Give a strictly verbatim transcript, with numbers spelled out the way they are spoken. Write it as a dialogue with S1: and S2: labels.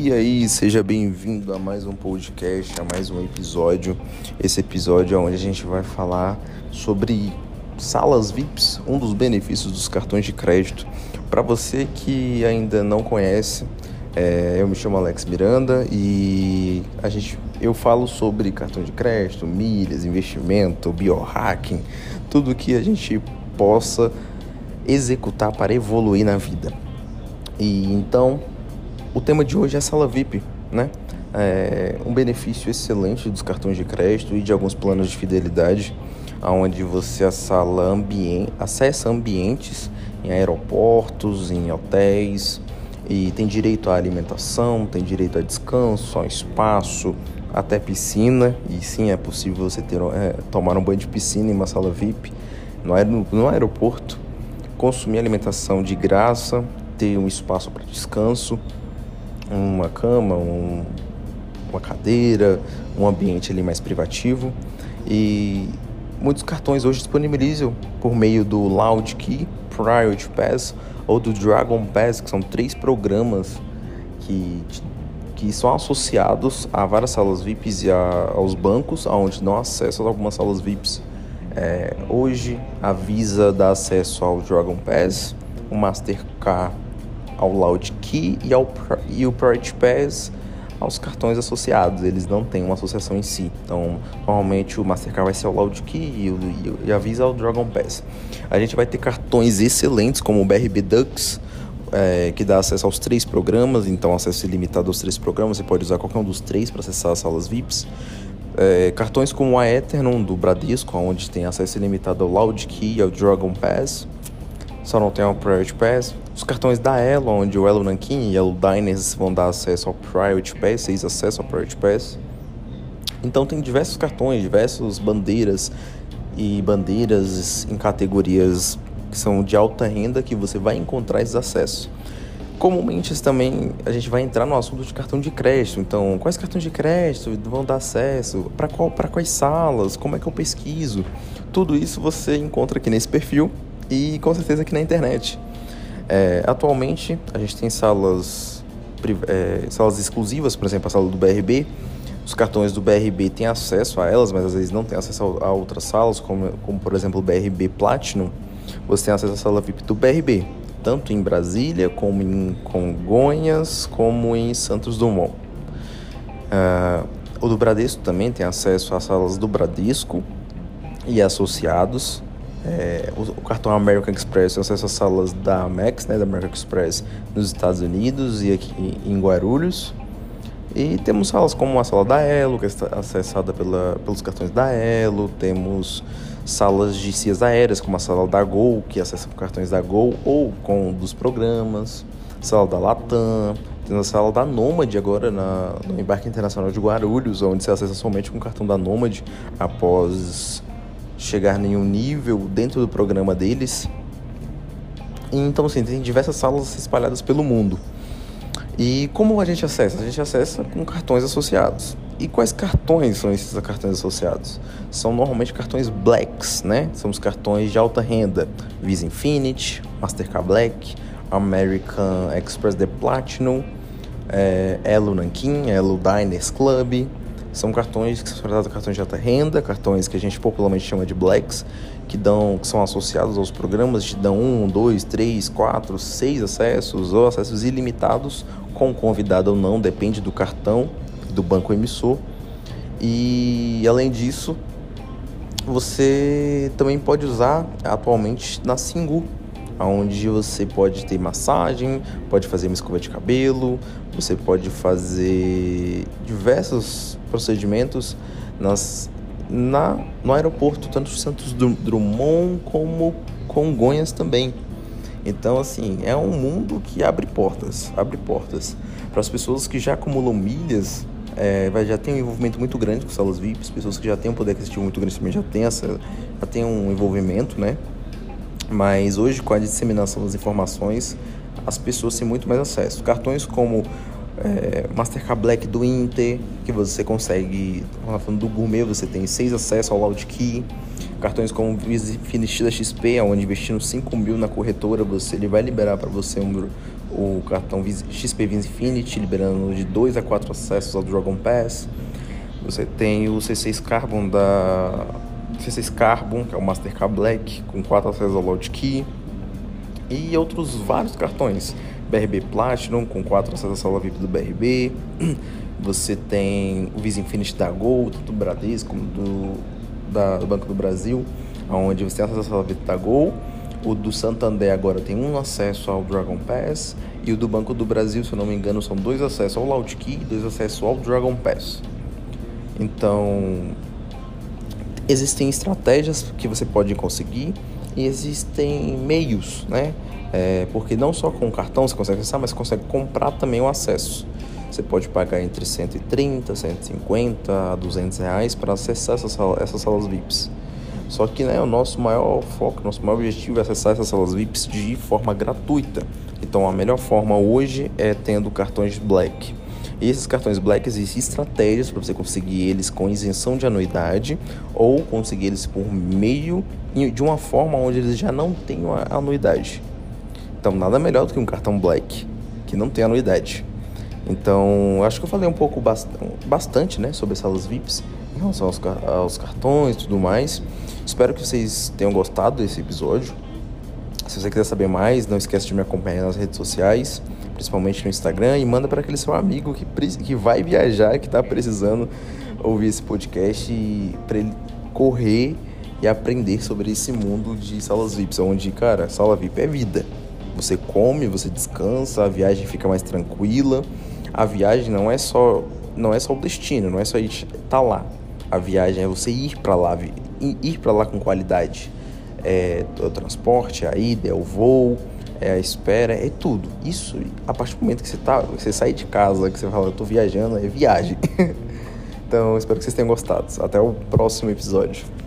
S1: E aí, seja bem-vindo a mais um podcast, a mais um episódio. Esse episódio é onde a gente vai falar sobre salas V I Ps, um dos benefícios dos cartões de crédito. Para você que ainda não conhece, é, eu me chamo Alex Miranda e a gente, eu falo sobre cartão de crédito, milhas, investimento, biohacking, tudo que a gente possa executar para evoluir na vida. E então, o tema de hoje é a sala V I P, né? É um benefício excelente dos cartões de crédito e de alguns planos de fidelidade, onde você sala ambien- acessa ambientes em aeroportos, em hotéis, e tem direito à alimentação, tem direito a descanso, a espaço, até piscina. E sim, é possível você ter, é, tomar um banho de piscina em uma sala V I P no, aer- no aeroporto, consumir alimentação de graça, ter um espaço para descanso, uma cama, um, uma cadeira, um ambiente ali mais privativo. E muitos cartões hoje disponibilizam por meio do Loud Key, Priority Pass ou do Dragon Pass, que são três programas que, que são associados a várias salas V I Ps e a, aos bancos, onde dão acesso a algumas salas V I Ps. É, hoje a Visa dá acesso ao Dragon Pass, o Mastercard ao Loud Key e, ao, e o Priority Pass aos cartões associados. Eles não têm uma associação em si. Então, normalmente o Mastercard vai ser o Loud Key e, o, e a Visa ao Dragon Pass. A gente vai ter cartões excelentes como o B R B Dux, é, que dá acesso aos três programas. Então, acesso ilimitado aos três programas. Você pode usar qualquer um dos três para acessar as salas V I Ps. É, cartões como a Eternon do Bradesco, onde tem acesso ilimitado ao Loud Key e ao Dragon Pass, só não tem o Priority Pass. Os cartões da Elo, onde o Elo Nankin e o Elo Diners vão dar acesso ao Priority Pass, seis acesso ao Priority Pass. Então tem diversos cartões, diversas bandeiras e bandeiras em categorias que são de alta renda que você vai encontrar esses acessos. Comumente também a gente vai entrar no assunto de cartão de crédito. Então, quais cartões de crédito vão dar acesso? Para qual, para quais salas? Como é que eu pesquiso? Tudo isso você encontra aqui nesse perfil e com certeza aqui na internet. É, atualmente a gente tem salas, é, salas exclusivas, por exemplo, a sala do B R B. Os cartões do B R B têm acesso a elas, mas às vezes não tem acesso a, a outras salas, como, como por exemplo o B R B Platinum. Você tem acesso à sala V I P do B R B, tanto em Brasília, como em Congonhas, como em Santos Dumont. Uh, o do Bradesco também tem acesso às salas do Bradesco e associados. É, o, o cartão American Express tem acesso às salas da Amex, né, da American Express nos Estados Unidos e aqui em Guarulhos. E temos salas como a sala da Elo, que é acessada pela, pelos cartões da Elo. Temos salas de C I As aéreas, como a sala da Gol, que acessa com cartões da Gol ou com um dos programas. Sala da Latam. Temos a sala da Nomad agora na, no Embarque Internacional de Guarulhos, onde se acessa somente com o cartão da Nomad após chegar em um nível dentro do programa deles. Então, assim, tem diversas salas espalhadas pelo mundo. E como a gente acessa? A gente acessa com cartões associados. E quais cartões são esses cartões associados? São normalmente cartões Blacks, né? São os cartões de alta renda. Visa Infinity, Mastercard Black, American Express The Platinum, é, Elo Nankin, Elo Diners Club. São cartões que são tratados cartões de alta renda, cartões que a gente popularmente chama de Blacks, que, dão, que são associados aos programas, te dão um, dois, três, quatro, seis acessos ou acessos ilimitados, com convidado ou não, depende do cartão, do banco emissor. E além disso, você também pode usar atualmente na Singu, onde você pode ter massagem, pode fazer uma escova de cabelo, você pode fazer diversos procedimentos nas, na, no aeroporto, tanto Santos Dumont como Congonhas também. Então, assim, é um mundo que abre portas, abre portas. Para as pessoas que já acumulam milhas, é, vai, já tem um envolvimento muito grande com salas V I Ps, pessoas que já têm um poder aquisitivo muito grande também já tem, essa, já tem um envolvimento, né? Mas hoje, com a disseminação das informações, as pessoas têm muito mais acesso. Cartões como é, Mastercard Black do Inter, que você consegue, falando do Gourmet, você tem seis acessos ao Loud Key. Cartões como Visa Infinity da X P, onde investindo cinco mil na corretora, você, ele vai liberar para você um, o cartão Visa, X P Visa Infinity, liberando de dois a quatro acessos ao Dragon Pass. Você tem o C seis Carbon da C seis Carbon, que é o Mastercard Black, com quatro acessos ao Loud Key. E outros vários cartões. B R B Platinum, com quatro acessos à sala V I P do B R B. Você tem o Visa Infinity da Gol, tanto do Bradesco como do, da, do Banco do Brasil, onde você tem acesso à sala V I P da Gol. O do Santander agora tem um acesso ao Dragon Pass. E o do Banco do Brasil, se eu não me engano, são dois acessos ao Loud Key e dois acessos ao Dragon Pass. Então, existem estratégias que você pode conseguir e existem meios, né? É, porque não só com o cartão você consegue acessar, mas você consegue comprar também o acesso. Você pode pagar entre cento e trinta, cento e cinquenta a duzentos reais para acessar essas, essas salas V I Ps. Só que, né, o nosso maior foco, nosso maior objetivo é acessar essas salas V I Ps de forma gratuita. Então, a melhor forma hoje é tendo cartões Black. E esses cartões Black, existem estratégias para você conseguir eles com isenção de anuidade ou conseguir eles por meio de uma forma onde eles já não tenham a anuidade. Então, nada melhor do que um cartão Black que não tem anuidade. Então, acho que eu falei um pouco bastante, né, sobre as salas V I Ps em relação aos, aos cartões e tudo mais. Espero que vocês tenham gostado desse episódio. Se você quiser saber mais, não esquece de me acompanhar nas redes sociais, principalmente no Instagram, e manda para aquele seu amigo que, que vai viajar, que está precisando ouvir esse podcast, para ele correr e aprender sobre esse mundo de salas V I Ps, onde, cara, sala V I P é vida. Você come, você descansa, a viagem fica mais tranquila. A viagem não é só, não é só o destino, não é só estar tá lá. A viagem é você ir para lá, ir para lá com qualidade. É o transporte, a ida, é o voo, é a espera, é tudo. Isso, a partir do momento que você, tá, você sai de casa, que você fala, eu tô viajando, é viagem. Então, espero que vocês tenham gostado. Até o próximo episódio.